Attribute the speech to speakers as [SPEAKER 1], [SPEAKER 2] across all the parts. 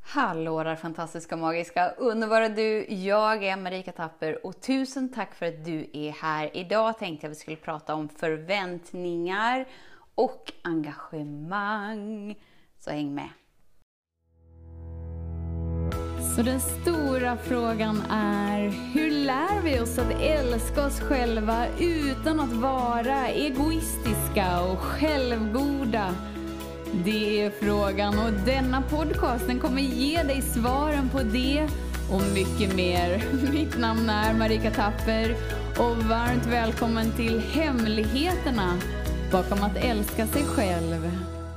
[SPEAKER 1] Hallå där fantastiska, magiska, underbara du. Jag är Marika Tapper och tusen tack för att du är här. Idag tänkte jag att vi skulle prata om förväntningar och engagemang. Så häng med. Så den stora frågan är, hur lär vi oss att älska oss själva utan att vara egoistiska och självgoda? Det är frågan och denna podcasten kommer ge dig svaren på det och mycket mer. Mitt namn är Marika Tapper och varmt välkommen till hemligheterna bakom att älska sig själv.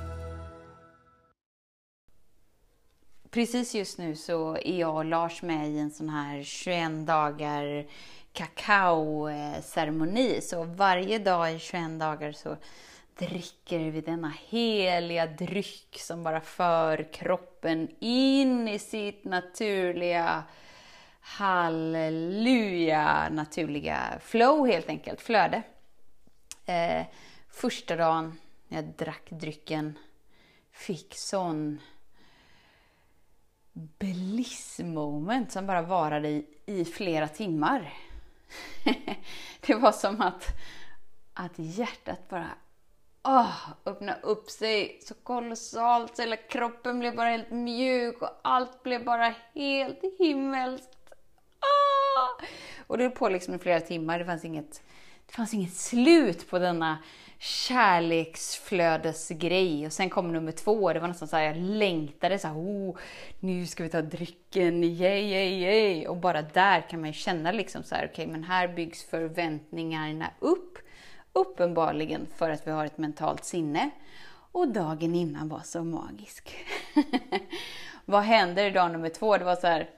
[SPEAKER 1] Precis just nu så är jag och Lars med i en sån här 21 dagar kakao-ceremoni. Så varje dag i 21 dagar så dricker vi denna heliga dryck som bara för kroppen in i sitt naturliga, halleluja, naturliga flow helt enkelt, flöde. Första dagen när jag drack drycken fick sån bliss moment som bara varade i flera timmar. Det var som att hjärtat bara öppna upp sig så kolossalt, så hela kroppen blev bara helt mjuk och allt blev bara helt himmelskt. Och det höll på liksom i flera timmar. Det fanns inget slut på denna kärleksflödesgrej. Och sen kom nummer 2. Det var nästan så här, jag längtade så här, nu ska vi ta drycken, yay. Och bara där kan man känna liksom så här, okej, men här byggs förväntningarna upp. Uppenbarligen för att vi har ett mentalt sinne. Och dagen innan var så magisk. Vad händer i dag nummer 2? Det var så här,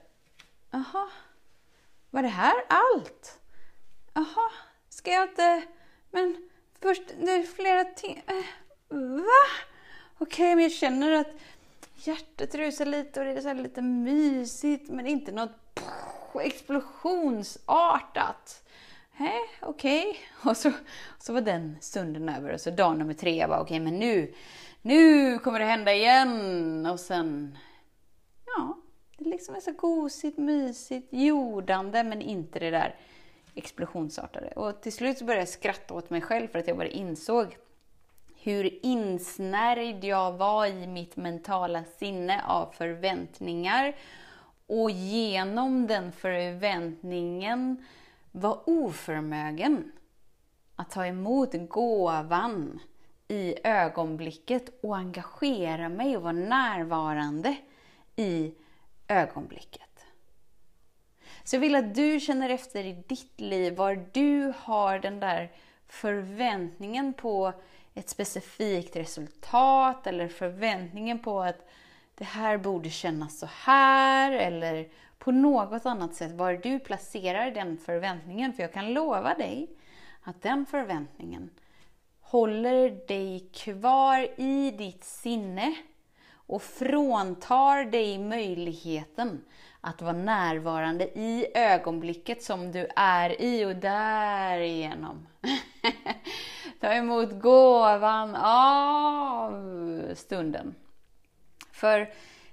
[SPEAKER 1] var det här allt? Ska jag inte... Men först, det är flera timmar... Va? Okej, men jag känner att hjärtat rusar lite och det är så här lite mysigt. Men inte något explosionsartat. Okej. Och så var den stunden över. Och så dag nummer 3, jag bara okej, men nu kommer det hända igen. Och sen, det liksom är så gosigt, mysigt, jordande, men inte det där explosionsartade. Och till slut så började jag skratta åt mig själv för att jag bara insåg hur insnärjd jag var i mitt mentala sinne av förväntningar. Och genom den förväntningen var oförmögen att ta emot gåvan i ögonblicket och engagera mig och vara närvarande i ögonblicket. Så jag vill att du känner efter i ditt liv var du har den där förväntningen på ett specifikt resultat eller förväntningen på att det här borde kännas så här eller på något annat sätt, var du placerar den förväntningen. För jag kan lova dig att den förväntningen håller dig kvar i ditt sinne och fråntar dig möjligheten att vara närvarande i ögonblicket som du är i och därigenom ta emot gåvan av stunden. För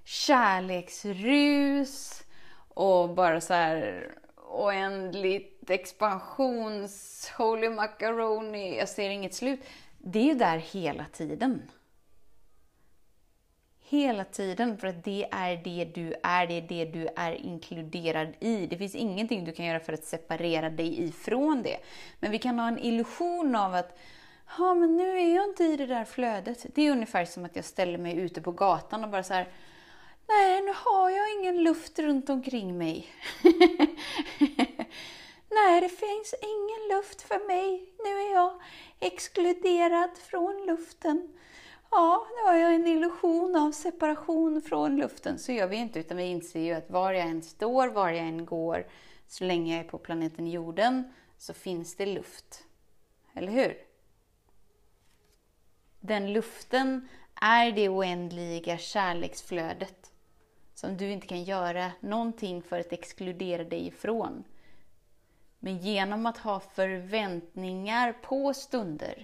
[SPEAKER 1] kärleksrus och bara så här oändligt expansions holy macaroni, jag ser inget slut. Det är ju där hela tiden. Hela tiden, för att det är det du är, det är det du är inkluderad i. Det finns ingenting du kan göra för att separera dig ifrån det. Men vi kan ha en illusion av att men nu är jag inte i det där flödet. Det är ungefär som att jag ställer mig ute på gatan och bara så här, nej, nu har jag ingen luft runt omkring mig. Nej, det finns ingen luft för mig. Nu är jag exkluderad från luften. Ja, nu har jag en illusion av separation från luften. Så gör vi inte, utan vi inser ju att var jag än står, var jag än går, så länge jag är på planeten jorden så finns det luft. Eller hur? Den luften är det oändliga kärleksflödet som du inte kan göra någonting för att exkludera dig ifrån. Men genom att ha förväntningar på stunder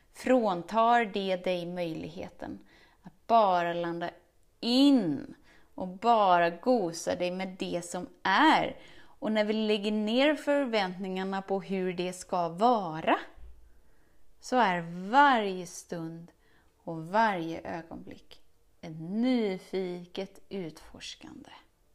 [SPEAKER 1] fråntar det dig möjligheten att bara landa in och bara gosar dig med det som är. Och när vi lägger ner förväntningarna på hur det ska vara, så är varje stund och varje ögonblick ett nyfiket utforskande.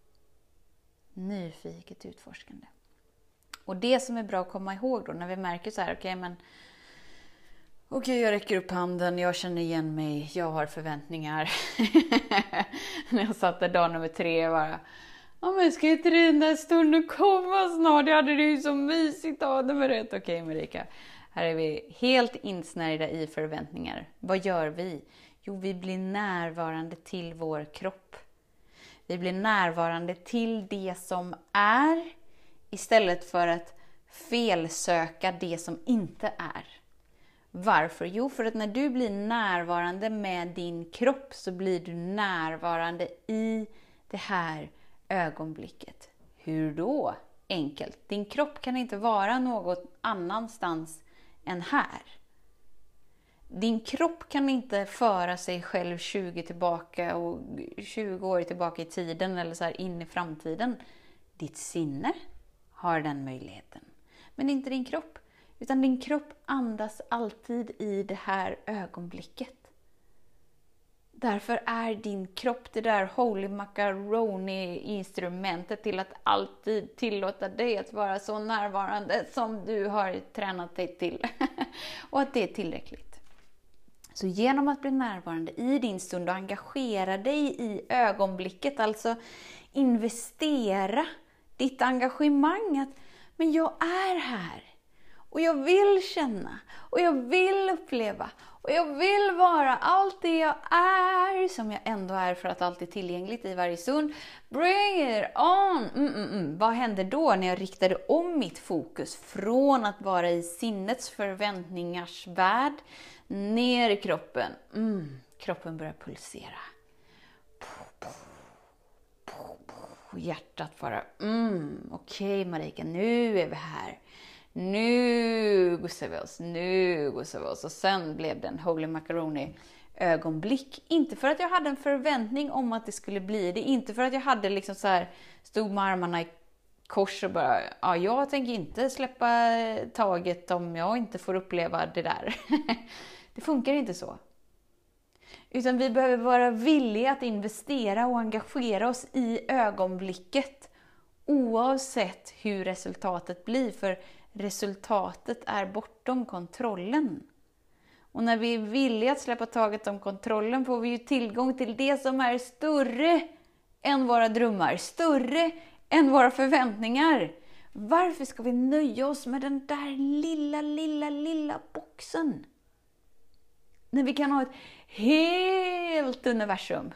[SPEAKER 1] Nyfiket utforskande. Och det som är bra att komma ihåg då när vi märker så här, okej, jag räcker upp handen, jag känner igen mig, jag har förväntningar. När jag satt där dag nummer 3 bara, men ska inte den där stunden komma snart? Jag hade det ju så mysigt dag nummer 1. Okej, Marika, här är vi helt insnärjda i förväntningar. Vad gör vi? Jo, vi blir närvarande till vår kropp. Vi blir närvarande till det som är, istället för att felsöka det som inte är. Varför? Jo, för att när du blir närvarande med din kropp så blir du närvarande i det här ögonblicket. Hur då? Enkelt. Din kropp kan inte vara något annanstans än här. Din kropp kan inte föra sig själv 20 år tillbaka i tiden eller så här in i framtiden. Ditt sinne har den möjligheten. Men inte din kropp. Utan din kropp andas alltid i det här ögonblicket. Därför är din kropp det där holy macaroni-instrumentet till att alltid tillåta dig att vara så närvarande som du har tränat dig till. Och att det är tillräckligt. Så genom att bli närvarande i din stund och engagera dig i ögonblicket, alltså investera ditt engagemang att men jag är här. Och jag vill känna, och jag vill uppleva, och jag vill vara allt det jag är, som jag ändå är för att allt är tillgängligt i varje stund. Bring it on! Vad händer då när jag riktade om mitt fokus från att vara i sinnets förväntningars värld ner i kroppen? Kroppen börjar pulsera. Hjärtat bara, okej, Marika, nu är vi här. Nu gosar vi oss. Och sen blev det en holy macaroni ögonblick. Inte för att jag hade en förväntning om att det skulle bli det. Inte för att jag hade liksom så här, stod med armarna i kors och bara, jag tänker inte släppa taget om jag inte får uppleva det där. Det funkar inte så. Utan vi behöver vara villiga att investera och engagera oss i ögonblicket. Oavsett hur resultatet blir. För resultatet är bortom kontrollen. Och när vi är villiga att släppa taget om kontrollen får vi ju tillgång till det som är större än våra drömmar. Större än våra förväntningar. Varför ska vi nöja oss med den där lilla boxen? När vi kan ha ett helt universum.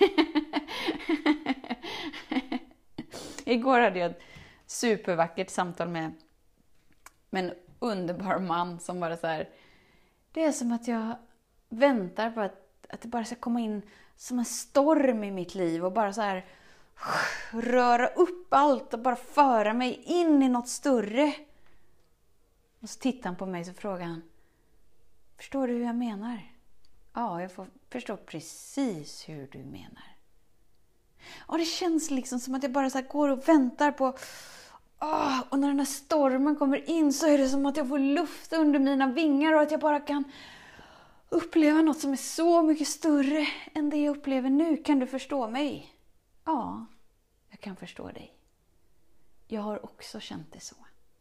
[SPEAKER 1] Igår hade jag ett supervackert samtal med en underbar man som bara så här. Det är som att jag väntar på att det bara ska komma in som en storm i mitt liv. Och bara så här röra upp allt och bara föra mig in i något större. Och så tittar han på mig och frågar han. Förstår du hur jag menar? Ja, jag förstår precis hur du menar. Och det känns liksom som att jag bara så här går och väntar på. Och när den här stormen kommer in så är det som att jag får luft under mina vingar. Och att jag bara kan uppleva något som är så mycket större än det jag upplever nu. Kan du förstå mig? Ja, jag kan förstå dig. Jag har också känt det så.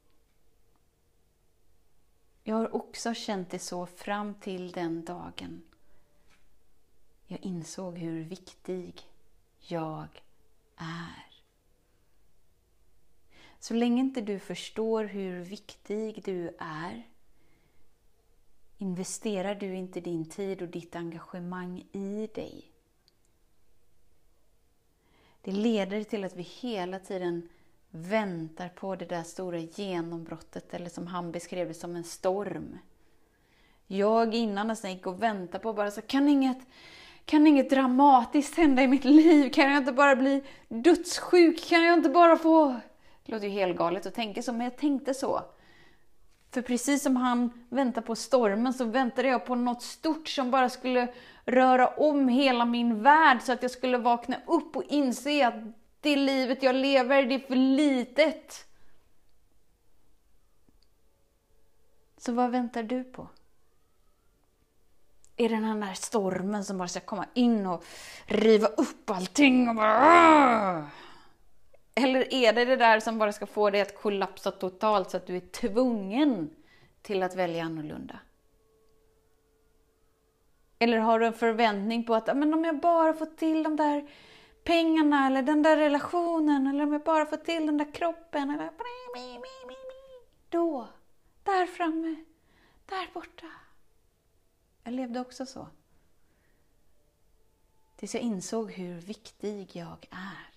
[SPEAKER 1] Jag har också känt det så fram till den dagen jag insåg hur viktig jag är. Så länge inte du förstår hur viktig du är, investerar du inte din tid och ditt engagemang i dig. Det leder till att vi hela tiden väntar på det där stora genombrottet, eller som han beskrev det som en storm. Jag innan nästan gick och väntade på bara så, kan inget dramatiskt hända i mitt liv? Kan jag inte bara bli dödssjuk? Kan jag inte bara få... Det låter ju helt galet att tänka så, men jag tänkte så. För precis som han väntar på stormen så väntade jag på något stort som bara skulle röra om hela min värld så att jag skulle vakna upp och inse att det livet jag lever, det är för litet. Så vad väntar du på? Är det den där stormen som bara ska komma in och riva upp allting och bara... Eller är det där som bara ska få dig att kollapsa totalt så att du är tvungen till att välja annorlunda? Eller har du en förväntning på att men om jag bara får till de där pengarna eller den där relationen eller om jag bara får till den där kroppen eller då, där framme, där borta. Jag levde också så. Tills jag insåg hur viktig jag är.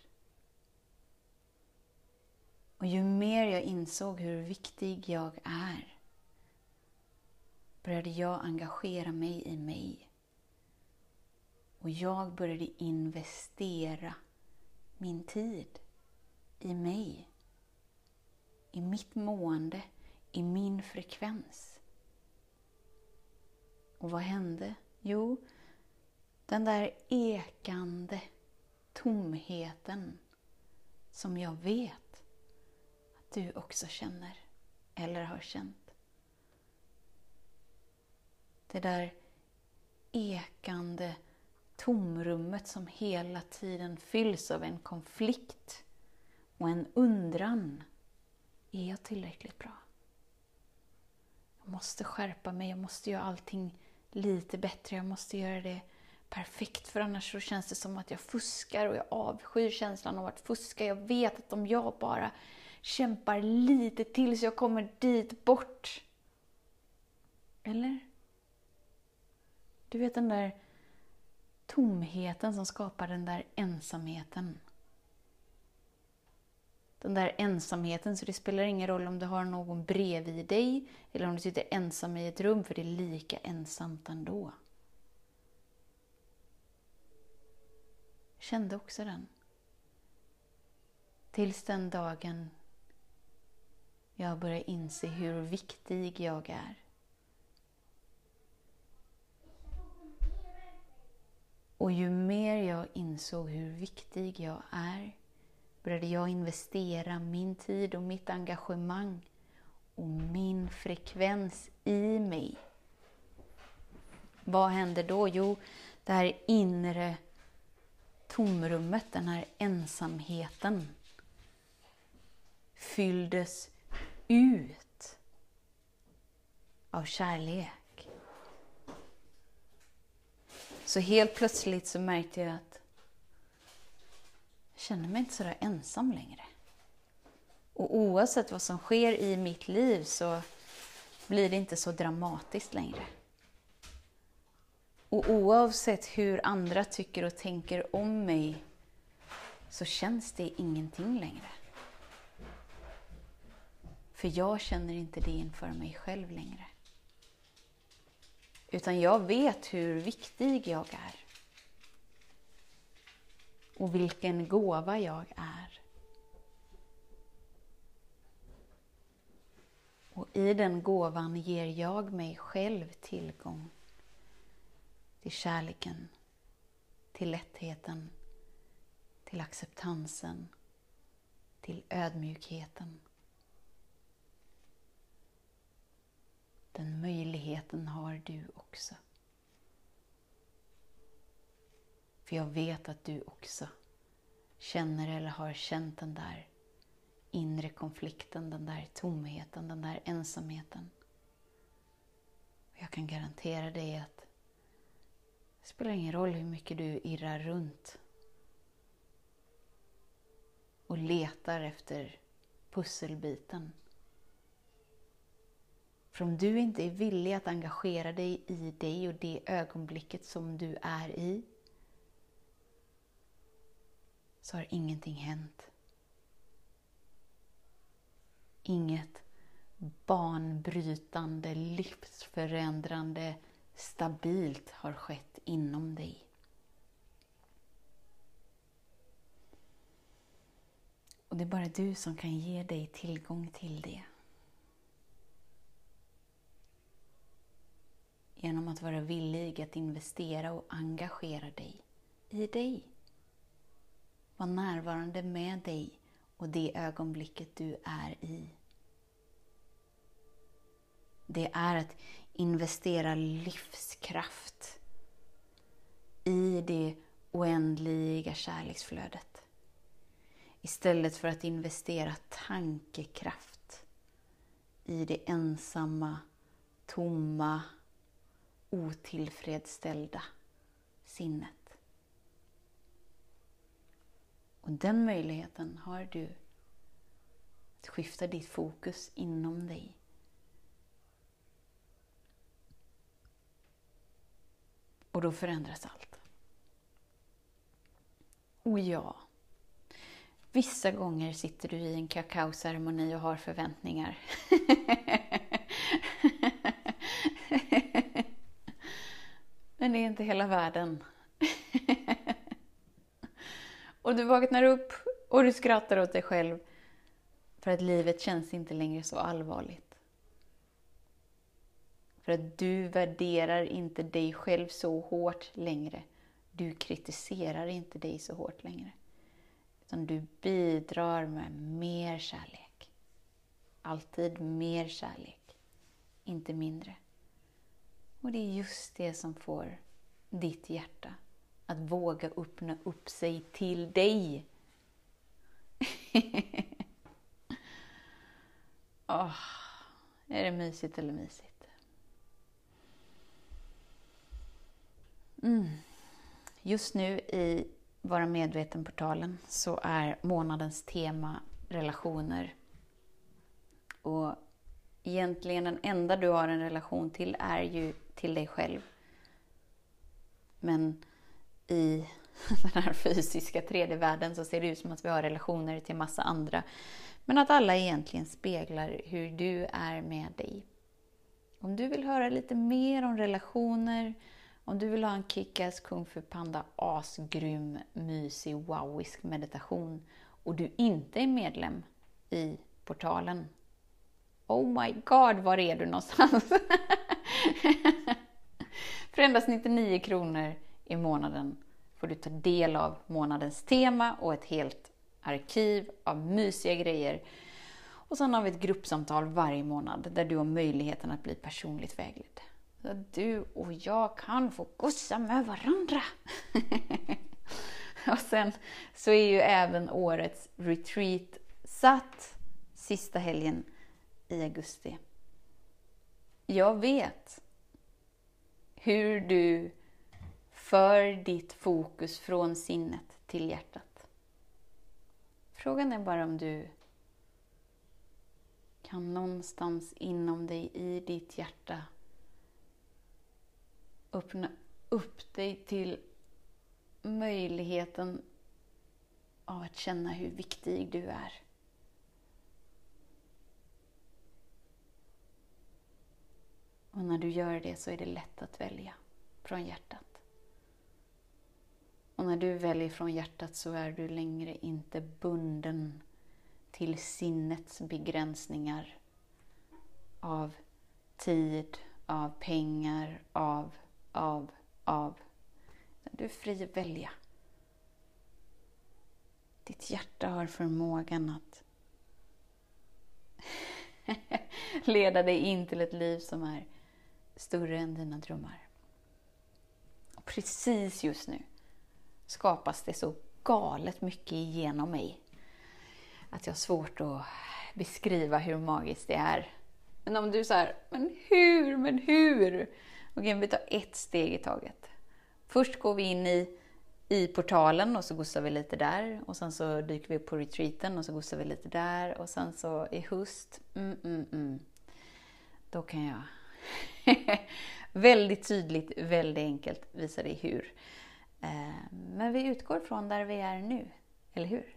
[SPEAKER 1] Och ju mer jag insåg hur viktig jag är, började jag engagera mig i mig. Och jag började investera min tid i mig. I mitt mående, i min frekvens. Och vad hände? Jo, den där ekande tomheten som jag vet att du också känner eller har känt. Det där ekande tomrummet som hela tiden fylls av en konflikt och en undran. Är jag tillräckligt bra? Jag måste skärpa mig, jag måste göra allting lite bättre, jag måste göra det perfekt för annars så känns det som att jag fuskar och jag avskyr känslan av att fuska. Jag vet att om jag bara kämpar lite till så jag kommer dit bort. Eller? Du vet den där tomheten som skapar den där ensamheten. Den där ensamheten, så det spelar ingen roll om du har någon bredvid dig eller om du sitter ensam i ett rum, för det är lika ensamt ändå. Jag kände också den. Tills den dagen jag började inse hur viktig jag är. Och ju mer jag insåg hur viktig jag är, började jag investera min tid och mitt engagemang och min frekvens i mig. Vad hände då? Jo, det här inre tomrummet, den här ensamheten fylldes ut av kärlek. Så helt plötsligt så märkte jag att jag känner mig inte så där ensam längre. Och oavsett vad som sker i mitt liv så blir det inte så dramatiskt längre. Och oavsett hur andra tycker och tänker om mig så känns det ingenting längre. För jag känner inte det inför mig själv längre. Utan jag vet hur viktig jag är. Och vilken gåva jag är. Och i den gåvan ger jag mig själv tillgång till kärleken, till lättheten, till acceptansen, till ödmjukheten. Den möjligheten har du också. För jag vet att du också känner eller har känt den där inre konflikten, den där tomheten, den där ensamheten. Och jag kan garantera dig att det spelar ingen roll hur mycket du irrar runt och letar efter pusselbiten. För om du inte är villig att engagera dig i dig och det ögonblicket som du är i, så har ingenting hänt. Inget banbrytande, livsförändrande, stabilt har skett inom dig. Och det är bara du som kan ge dig tillgång till det. genom att vara villig att investera och engagera dig i dig. Var närvarande med dig och det ögonblicket du är i. Det är att investera livskraft i det oändliga kärleksflödet. Istället för att investera tankekraft i det ensamma, tomma, otillfredsställda sinnet. Och den möjligheten har du att skifta ditt fokus inom dig. Och då förändras allt. Och ja, vissa gånger sitter du i en kakaoceremoni och har förväntningar. Men det är inte hela världen. Och du vaknar upp och du skrattar åt dig själv. För att livet känns inte längre så allvarligt. För att du värderar inte dig själv så hårt längre. Du kritiserar inte dig så hårt längre. Utan du bidrar med mer kärlek. Alltid mer kärlek. Inte mindre. Och det är just det som får ditt hjärta att våga öppna upp sig till dig. Är det mysigt eller mysigt? Just nu i Vara medveten-portalen så är månadens tema relationer. Och egentligen den enda du har en relation till är ju till dig själv. Men i den här fysiska 3D-världen så ser det ut som att vi har relationer till massa andra. Men att alla egentligen speglar hur du är med dig. Om du vill höra lite mer om relationer, om du vill ha en kick-ass kung fu panda, asgrym, mysig, wowisk meditation och du inte är medlem i portalen. Oh my god, var är du någonstans? För endast 99 kronor i månaden får du ta del av månadens tema och ett helt arkiv av mysiga grejer. Och sen har vi ett gruppsamtal varje månad där du har möjligheten att bli personligt vägledd. Så att du och jag kan få gossa med varandra. Och sen så är ju även årets retreat satt sista helgen i augusti. Jag vet hur du för ditt fokus från sinnet till hjärtat. Frågan är bara om du kan någonstans inom dig i ditt hjärta öppna upp dig till möjligheten av att känna hur viktig du är. Och när du gör det så är det lätt att välja från hjärtat. Och när du väljer från hjärtat så är du längre inte bunden till sinnets begränsningar av tid, av pengar, av. Du är fri att välja. Ditt hjärta har förmågan att leda dig in till ett liv som är större än dina drömmar. Och precis just nu skapas det så galet mycket genom mig att jag har svårt att beskriva hur magiskt det är. Men om du säger, men hur? Okej, vi tar ett steg i taget. Först går vi in i portalen och så gossar vi lite där. Och sen så dyker vi upp på retreaten och så gossar vi lite där. Och sen så i höst, då kan jag väldigt tydligt, väldigt enkelt visa dig hur. Men vi utgår från där vi är nu, eller hur?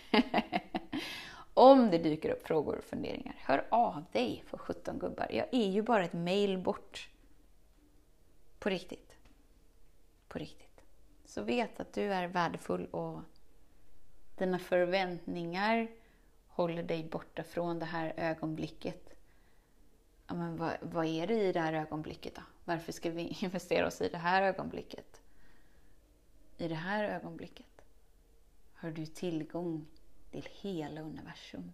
[SPEAKER 1] Om det dyker upp frågor och funderingar, hör av dig för 17 gubbar. Jag är ju bara ett mail bort. På riktigt. På riktigt. Så vet att du är värdefull och dina förväntningar håller dig borta från det här ögonblicket. ja, men vad är det i det här ögonblicket då? Varför ska vi investera oss i det här ögonblicket? I det här ögonblicket har du tillgång till hela universum.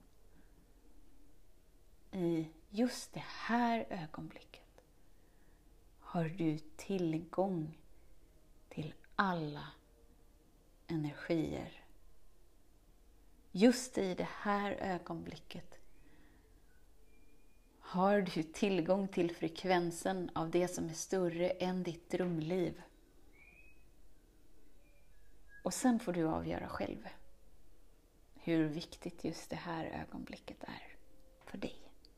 [SPEAKER 1] I just det här ögonblicket har du tillgång till alla energier. Just i det här ögonblicket har du tillgång till frekvensen av det som är större än ditt drömliv. Och sen får du avgöra själv hur viktigt just det här ögonblicket är för dig.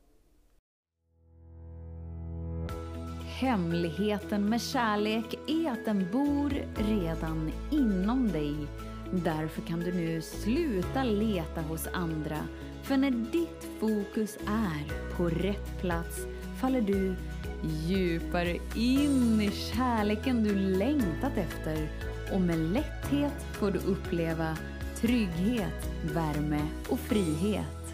[SPEAKER 2] Hemligheten med kärlek är att den bor redan inom dig. Därför kan du nu sluta leta hos andra. För när ditt fokus är på rätt plats faller du djupare in i kärleken du längtat efter. Och med lätthet får du uppleva trygghet, värme och frihet.